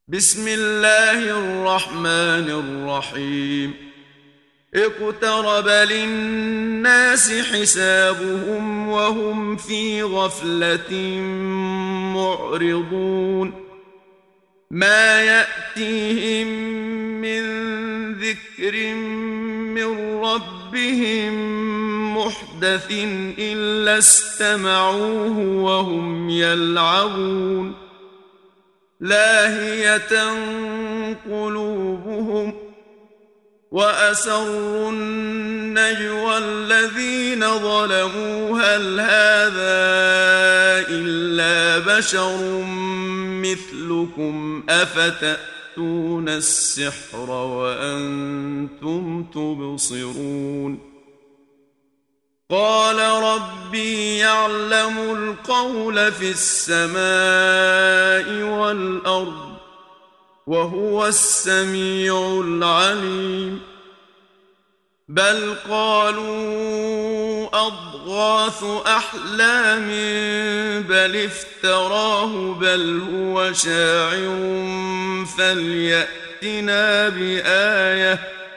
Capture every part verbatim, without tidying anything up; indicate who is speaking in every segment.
Speaker 1: بسم الله الرحمن الرحيم. اقترب للناس حسابهم وهم في غفلة معرضون. ما يأتيهم من ذكر من ربهم محدث إلا استمعوه وهم يلعبون. لاهية قلوبهم وأسروا النجوى الذين ظلموا هل هذا إلا بشر مثلكم أفتأتون السحر وأنتم تبصرون. قال ربي يعلم القول في السماء والأرض وهو السميع العليم. بل قالوا أضغاث أحلام بل افتراه بل هو شاعر فليأتنا بآية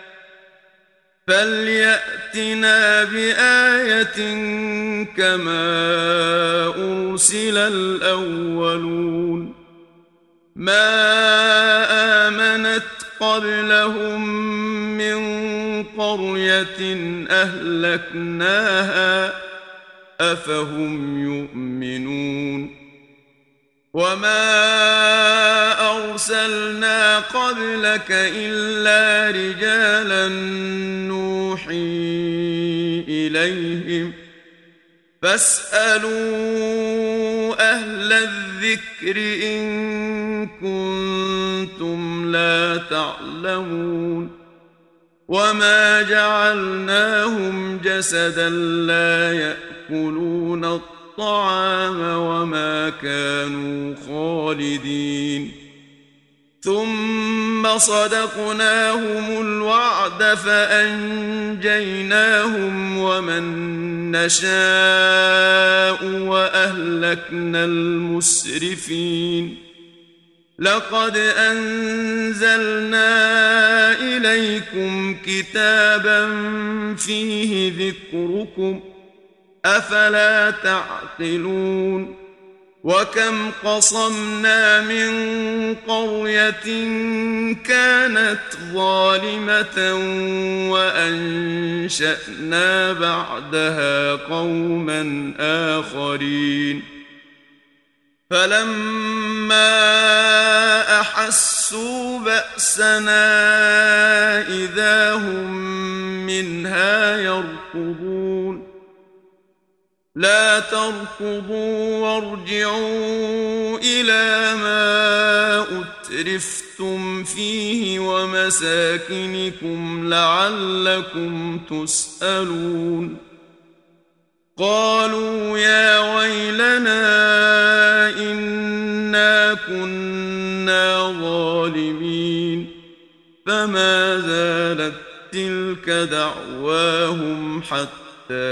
Speaker 1: فليأتنا بآية كما أرسل الأولون. ما آمنت قبلهم من قرية أهلكناها أفهم يؤمنون. وما أرسلنا قبلك إلا رجالا نوحي إليهم فاسألوا أهل الذكر إن كنتم لا تعلمون. وما جعلناهم جسدا لا يأكلون الطعام وما كانوا خالدين. ثم صدقناهم الوعد فأنجيناهم ومن نشاء وأهلكنا المسرفين. لقد أنزلنا إليكم كتابا فيه ذكركم أفلا تعقلون. وكم قصمنا من قرية كانت ظالمة وأنشأنا بعدها قوما آخرين. فلما أحسوا بأسنا إذا هم منها يركضون. لا تركضوا وارجعوا إلى ما أترفتم فيه ومساكنكم لعلكم تسألون. قالوا يا ويلنا إنا كنا ظالمين. فما زالت تلك دعواهم حتى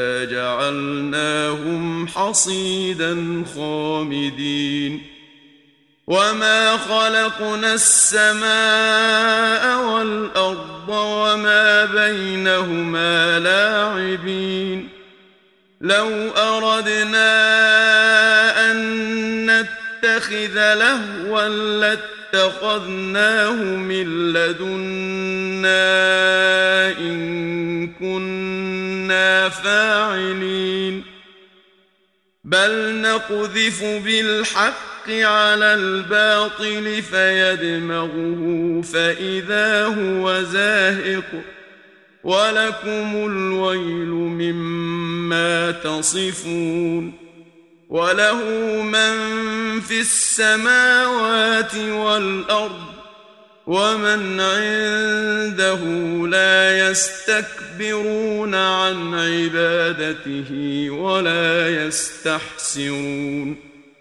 Speaker 1: جعلناهم حصيدا خامدين. وما خلقنا السماء والأرض وما بينهما لاعبين. لو أردنا أن نتخذ لهوا لاتخذناه من لدنا إن كنا فاعلين. بل نقذف بالحق على الباطل فيدمغه فإذا هو زاهق ولكم الويل مما تصفون. وله من في السماوات والأرض ومن عنده لا يستكبرون عن عبادته ولا يستحسرون.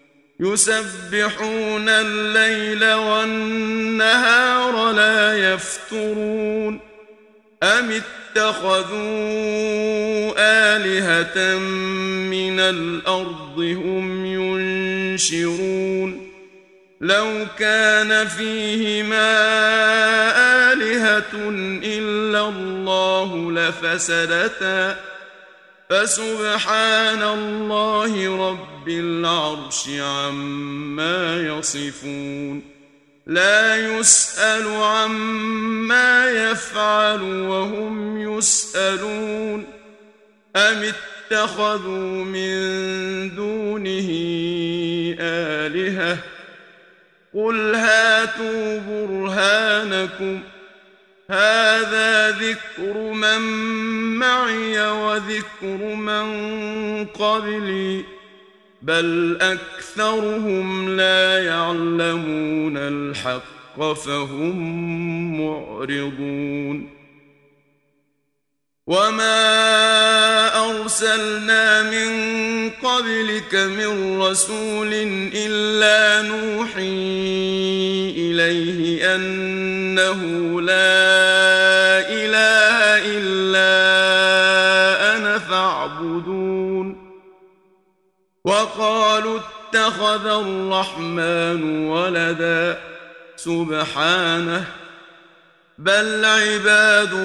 Speaker 1: يسبحون الليل والنهار لا يفترون. أم اتخذوا آلهة من الأرض هم ينشرون لو كان فيهما آلهة إلا الله لفسدتا فسبحان الله رب العرش عما يصفون لا يسأل عما يفعل وهم يسألون أم اتخذوا من دونه آلهة قل هاتوا برهانكم هذا ذكر من معي وذكر من قبلي بل أكثرهم لا يعلمون الحق فهم معرضون وما أرسلنا من قبلك من رسول إلا نوحي إليه أنه لا إله إلا أنا فاعبدون وقالوا اتخذ الرحمن ولدا سبحانه بل عباد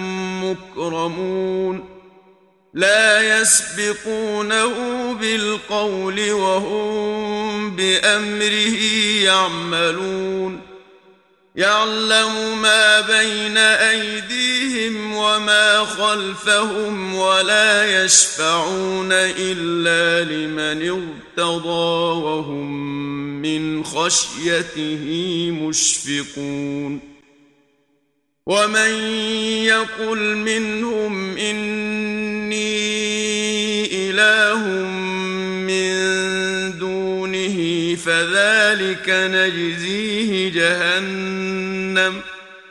Speaker 1: مكرمون لا يسبقونه بالقول وهم بأمره يعملون يعلم ما بين أيديهم وما خلفهم ولا يشفعون إلا لمن ارتضى وهم من خشيته مشفقون ومن يقل منهم إني إله من دونه فذلك نجزيه جهنم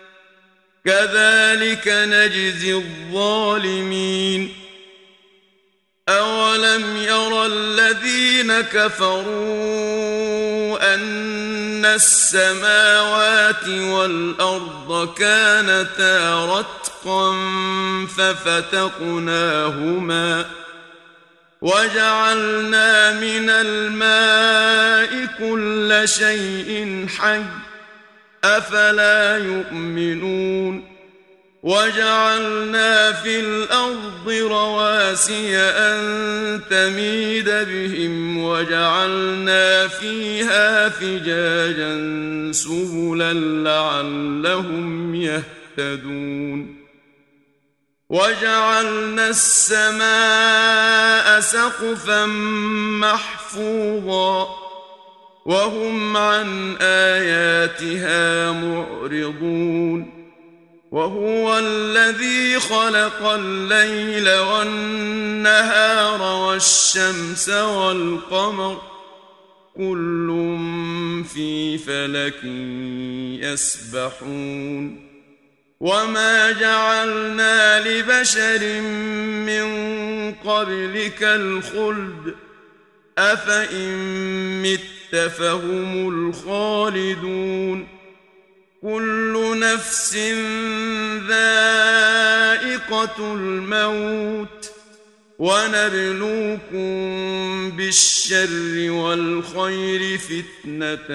Speaker 1: كذلك نجزي الظالمين أولم يرى الذين كفروا أن السماوات والأرض كانتا رتقا ففتقناهما وجعلنا من الماء كل شيء حي أفلا يؤمنون وجعلنا في الأرض رواسي أن تميد بهم وجعلنا فيها فجاجا سبلا لعلهم يهتدون وجعلنا السماء سقفا محفوظا وهم عن آياتها معرضون وهو الذي خلق الليل والنهار والشمس والقمر كل في فلك يسبحون وما جعلنا لبشر من قبلك الخلد أفإن مت فهم الخالدون كل نفس ذائقة الموت ونبلوكم بالشر والخير فتنة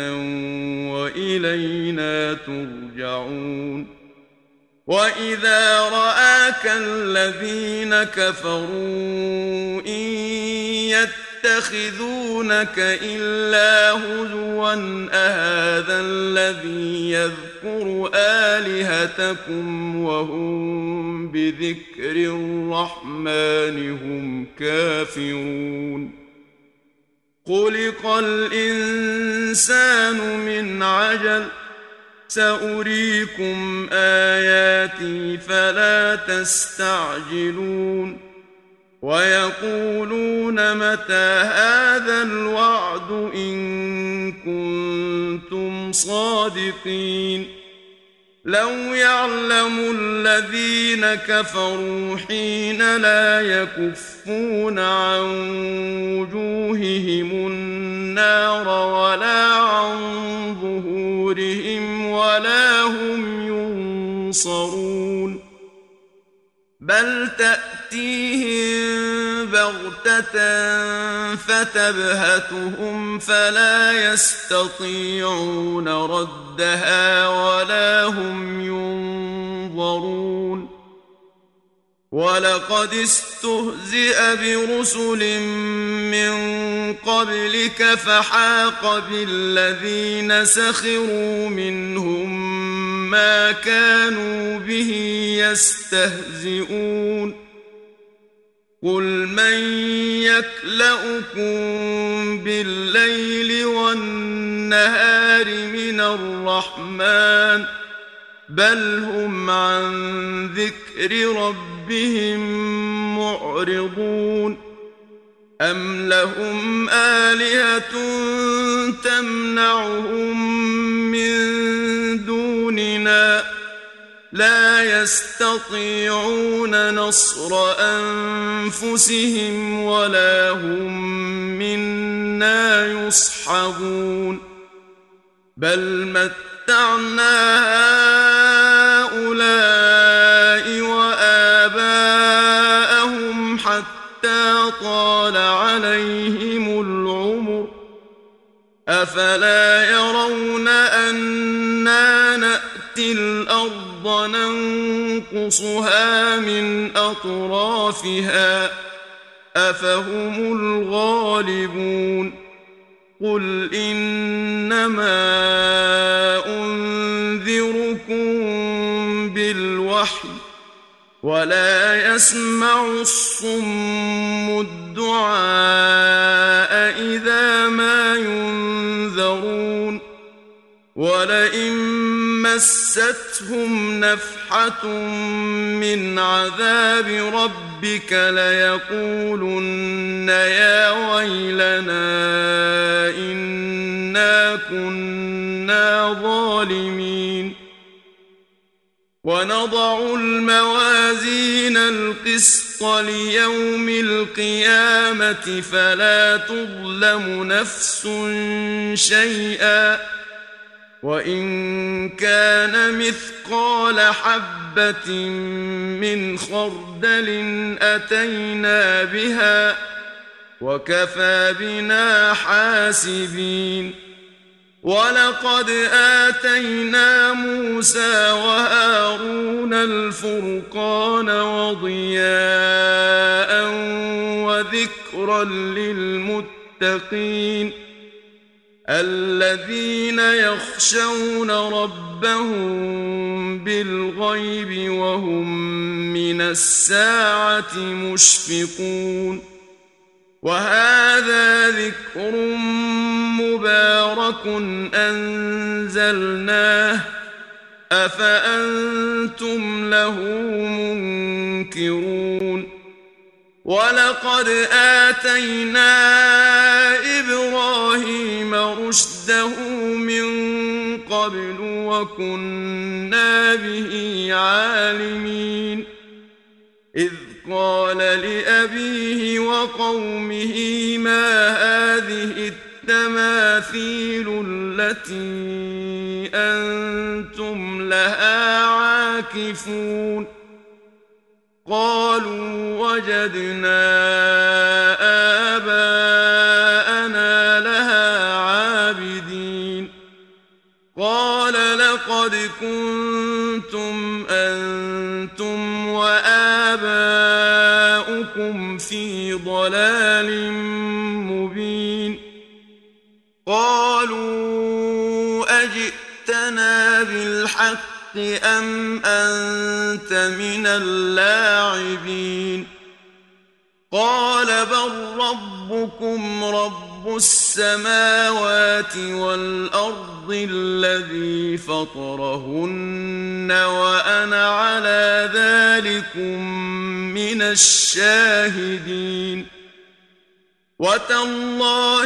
Speaker 1: وإلينا ترجعون وإذا رآك الذين كفروا إن يتخذونك إلا هزوا أهذا الذي يذكر آلهتكم وهم بذكر الرحمن هم كافرون خلق الإنسان من عجل سأريكم آياتي فلا تستعجلون ويقولون متى هذا الوعد إن كنتم صادقين لو يعلم الذين كفروا حين لا يكفون عن وجوههم النار ولا عن ظهورهم ولا هم ينصرون بل تأتيهم بغتة فتبهتهم فلا يستطيعون ردها ولا هم ينظرون ولقد استهزئ برسل من قبلك فحاق بالذين سخروا منهم ما كانوا به يستهزئون قل من يكلؤكم بالليل والنهار من الرحمن بل هم عن ذكر ربهم معرضون أم لهم آلهة تمنعهم من دوننا لا يستطيعون نصر أنفسهم ولا هم منا يصحبون بل متعنا هؤلاء وآباءهم حتى طال عليهم العمر أفلا يرون أنا نأتي الأرض ننقصها من أطرافها أفهم الغالبون قل إنما أنذركم بالوحي ولا يسمع الصم الدعاء إذا ما ينذرون ولئن مستهم نفحة من عذاب ربك ليقولن يا ويلنا إنا كنا ظالمين ونضع الموازين القسط ليوم القيامة فلا تظلم نفس شيئا وإن كان مثقال حبة من خردل أتينا بها وكفى بنا حاسبين ولقد آتينا موسى وهارون الفرقان وضياء وذكرا للمتقين الذين يخشون ربهم بالغيب وهم من الساعة مشفقون وهذا ذكر مبارك أنزلناه أفأنتم له منكرون ولقد آتينا إبراهيم رشده من قبل وكنا به عالمين إذ قال لأبيه وقومه ما هذه التماثيل التي أنتم لها عاكفون قالوا وجدنا آباءنا لها عابدين قال لقد كنتم أنتم وآباؤكم في ضلال مبين قالوا أجئتنا بالحق أم أنت من اللاعبين قال بل ربكم رب السماوات والأرض الذي فطرهن وأنا على ذلكم من الشاهدين وتالله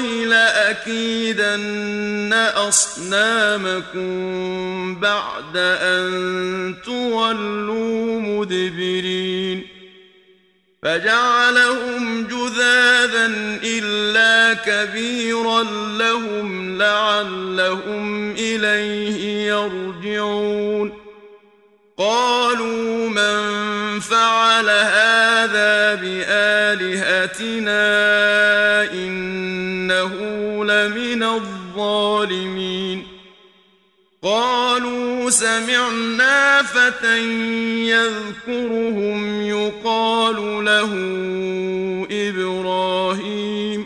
Speaker 1: لأكيدن أصنامكم بعد أن تولوا مدبرين فجعلهم جذاذا إلا كبيرا لهم لعلهم إليه يرجعون قالوا من فعل هذا بآلهتنا إنه لمن الظالمين قالوا سمعنا فتى يذكرهم يقال له إبراهيم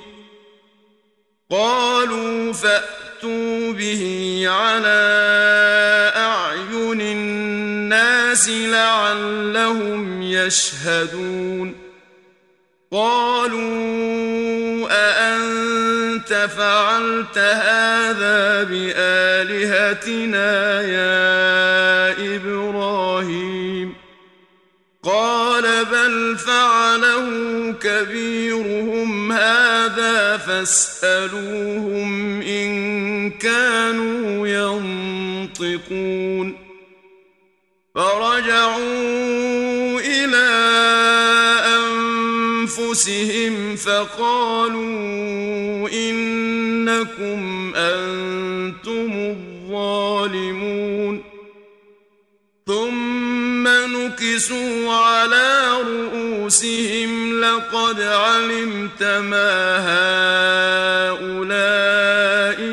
Speaker 1: قالوا فأتوا به على أعين الناس لعلهم يشهدون قالوا أأنت فعلت هذا بآلهتنا يا إبراهيم قال بل فعله كبيرهم هذا فاسألوهم إن كانوا ينطقون فرجعوا إلى أنفسهم فقالوا إنكم أنتم الظالمون ثم نكسوا على رؤوسهم لقد علمت ما هؤلاء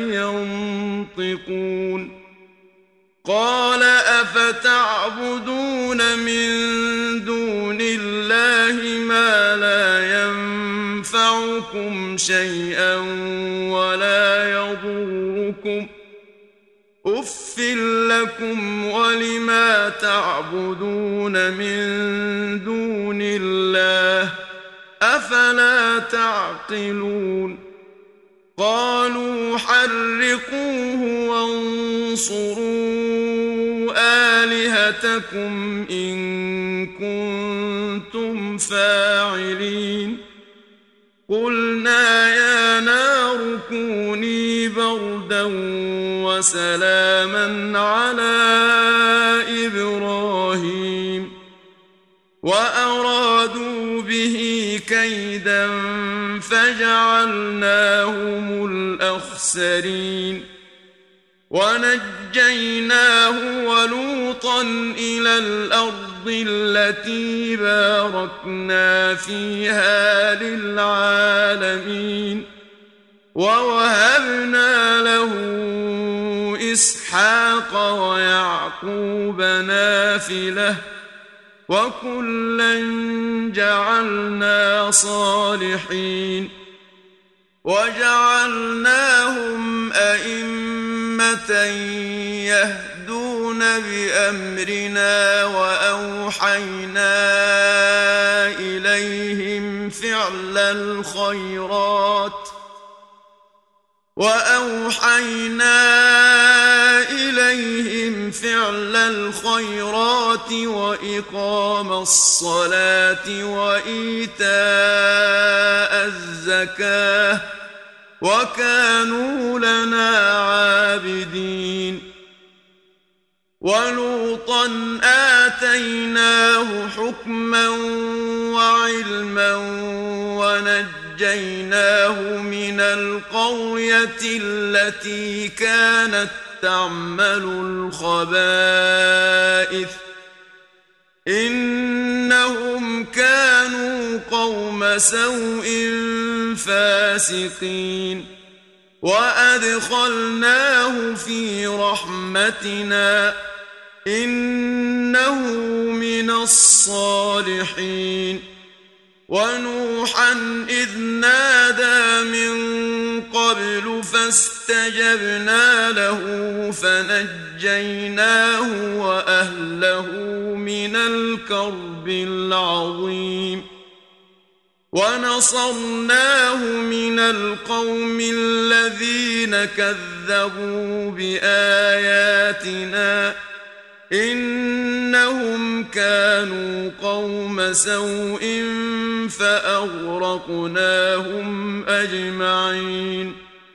Speaker 1: ينطقون قال أفتعبدون من دون الله ما لا ينفعكم شيئا ولا يضركم أف لكم ولما تعبدون من دون الله أفلا تعقلون قالوا حرقوه وانصروا آلهتكم إن كنتم فاعلين قلنا يا نار كوني بردا وسلاما على إبراهيم وأرادوا به كيدا فجعلناهم الأخسرين ونجيناه ولوطا إلى الأرض التي باركنا فيها للعالمين ووهبنا له إسحاق ويعقوب نافلة وكلا جعلنا صالحين وجعلناهم أئمة يهدون بأمرنا وأوحينا إليهم فعل الخيرات وأوحينا إليهم فعل الخيرات وإقام الصلاة وإيتاء الزكاة وكانوا لنا عابدين ولوطا آتيناه حكما وعلما ونجيناه من القرية التي كانت تعمل الخبائث إنهم كانوا قوم سوء فاسقين وأدخلناه في رحمتنا إنه من الصالحين ونوحا إذ نادى من قبل فاستجبنا له فنجيناه وأهله من الكرب العظيم ونصرناه من القوم الذين كذبوا بآياتنا إنهم كانوا قوم سوء فأغرقناهم أجمعين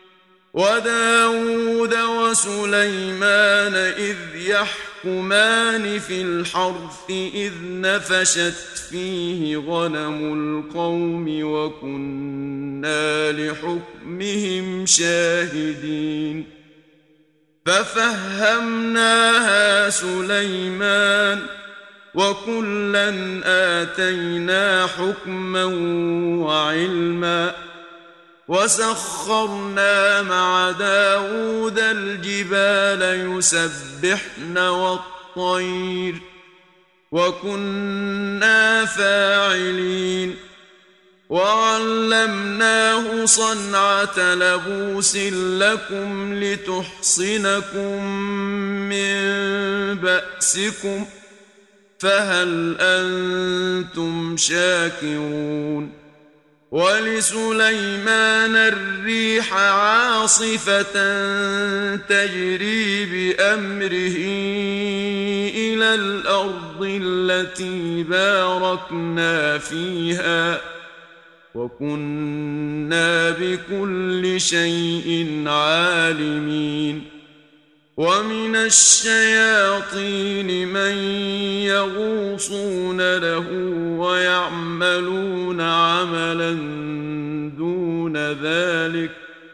Speaker 1: وداود وسليمان إذ يحكمان في الحرث إذ نفشت فيه غنم القوم وكنا لحكمهم شاهدين ففهمناها سليمان وكلا آتينا حكما وعلما وسخرنا مع داود الجبال يسبحن والطير وكنا فاعلين وعلمناه صنعة لبوس لكم لتحصنكم من بأسكم فهل أنتم شاكرون ولسليمان الريح عاصفة تجري بأمره إلى الأرض التي باركنا فيها وكنا بكل شيء عالمين ومن الشياطين من يغوصون له ويعملون عملا دون ذلك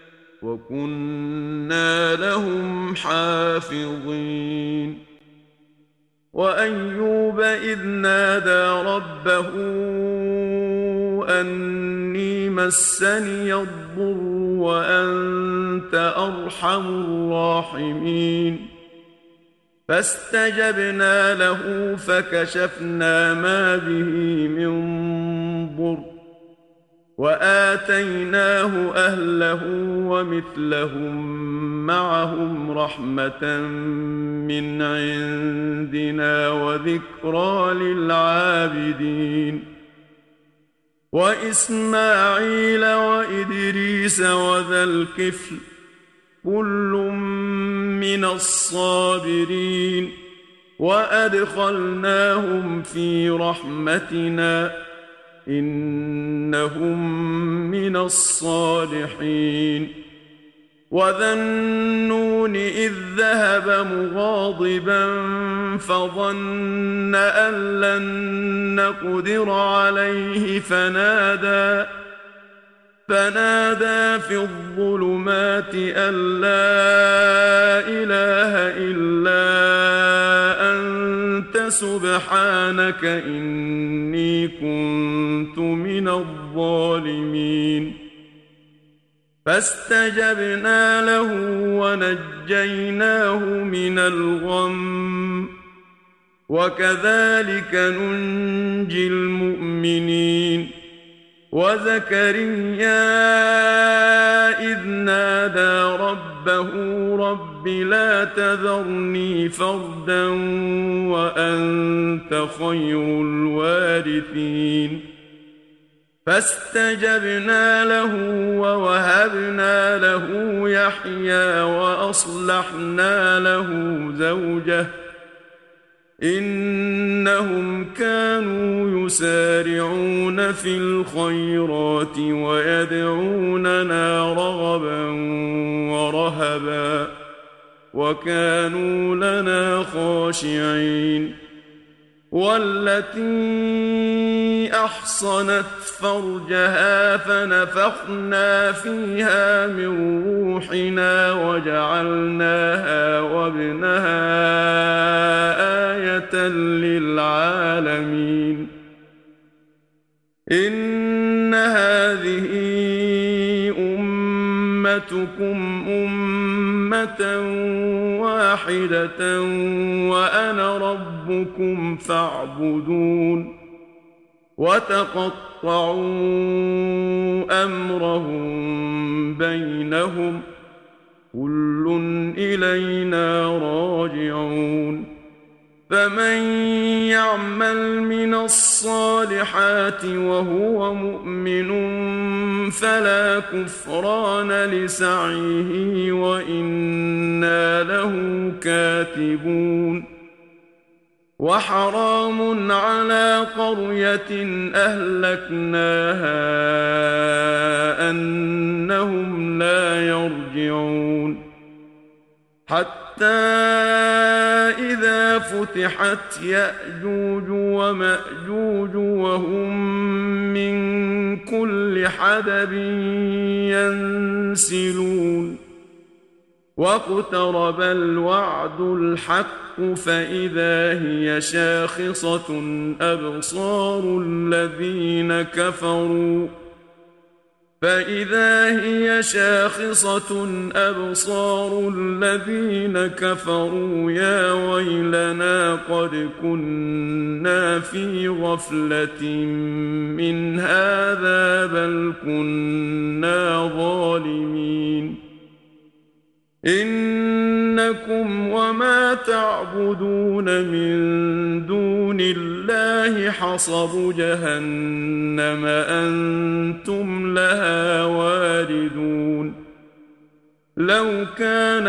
Speaker 1: وكنا لهم حافظين وأيوب إذ نادى ربه أني مسني الضر وأنت أرحم الراحمين فاستجبنا له فكشفنا ما به من ضر وآتيناه أهله ومثلهم معهم رحمة من عندنا وذكرى للعابدين وإسماعيل وإدريس وذا الكفل كل من الصابرين وأدخلناهم في رحمتنا إنهم من الصالحين وذا النون إذ ذهب مغاضبا فظن أن لن نقدر عليه فنادى فنادى في الظلمات أن لا إله إلا أنت سبحانك إني كنت من الظالمين فاستجبنا له ونجيناه من الغم وكذلك ننجي المؤمنين وزكريا إذ نادى ربه رب لا تذرني فردا وأنت خير الوارثين فاستجبنا له ووهبنا له يحيى وأصلحنا له زوجه إنهم كانوا يسارعون في الخيرات ويدعوننا رغبا ورهبا وكانوا لنا خاشعين والتي أحصنت فرجها فنفخنا فيها من روحنا وجعلناها وابنها آية للعالمين إن هذه أمتكم أمة واحدة وأنا ربكم فاعبدون وتقطعوا أمرهم بينهم كل إلينا راجعون فمن يعمل من الصالحات وهو مؤمن فلا كفران لسعيه وإنا له كاتبون وحرام على قرية أهلكناها أنهم لا يرجعون حتى إذا فتحت يأجوج ومأجوج وهم من كل حدب ينسلون واقترب الوعد الحق فإذا هي شاخصة أبصار الذين كفروا فإذا هي شاخصة أبصار الذين كفروا يا ويلنا قد كنا في غفلة من هذا بل كنا ظالمين إنكم وما تعبدون من دون الله حصب جهنم أنتم لها واردون لو كان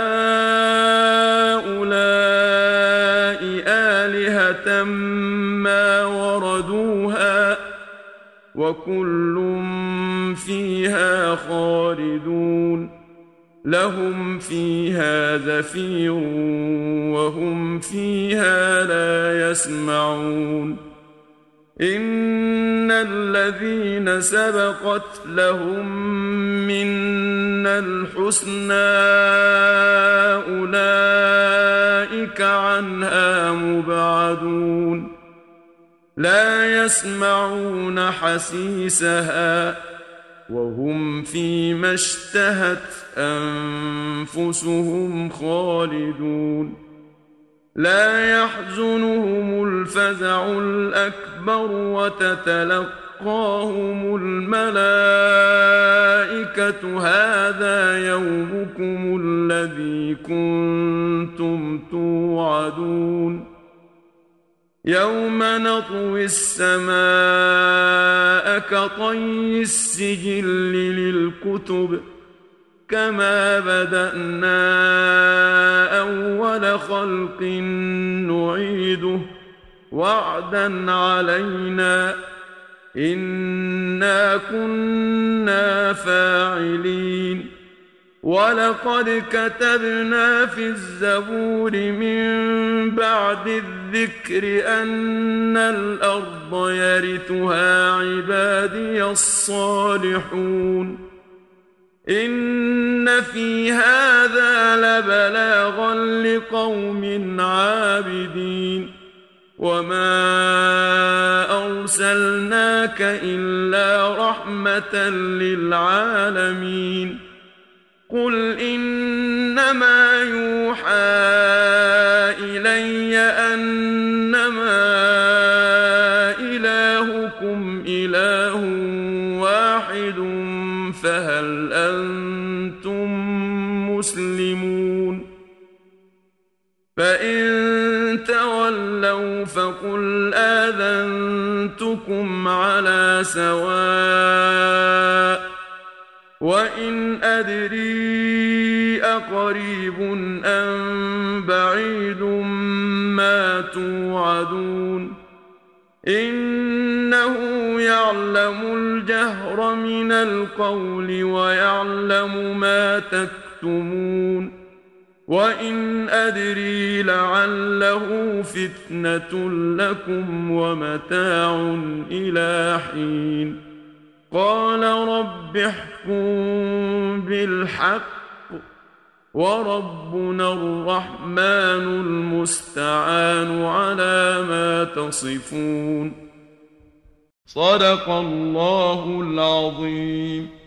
Speaker 1: هؤلاء آلهة ما وردوها وكل فيها خالدون لهم فيها زفير وهم فيها لا يسمعون إن الذين سبقت لهم منا الحسنى أولئك عنها مبعدون لا يسمعون حسيسها وهم فيما اشتهت أنفسهم خالدون لا يحزنهم الفزع الأكبر وتتلقاهم الملائكة هذا يومكم الذي كنتم توعدون يوم نطوي السماء كطي السجل للكتب كما بدأنا أول خلق نعيده وعدا علينا إنا كنا فاعلين ولقد كتبنا في الزبور من بعد الذكر أن الأرض يرثها عبادي الصالحون إن في هذا لبلاغا لقوم عابدين وما أرسلناك إلا رحمة للعالمين قل إنما يوحى إلي أنما إلهكم إله واحد فهل أنتم مسلمون فإن تولوا فقل آذنتكم على سواء وإن أدري أقريب أم بعيد ما توعدون إنه يعلم الجهر من القول ويعلم ما تكتمون وإن أدري لعله فتنة لكم ومتاع إلى حين قال رب احكم بالحق وربنا الرحمن المستعان على ما تصفون صدق الله العظيم.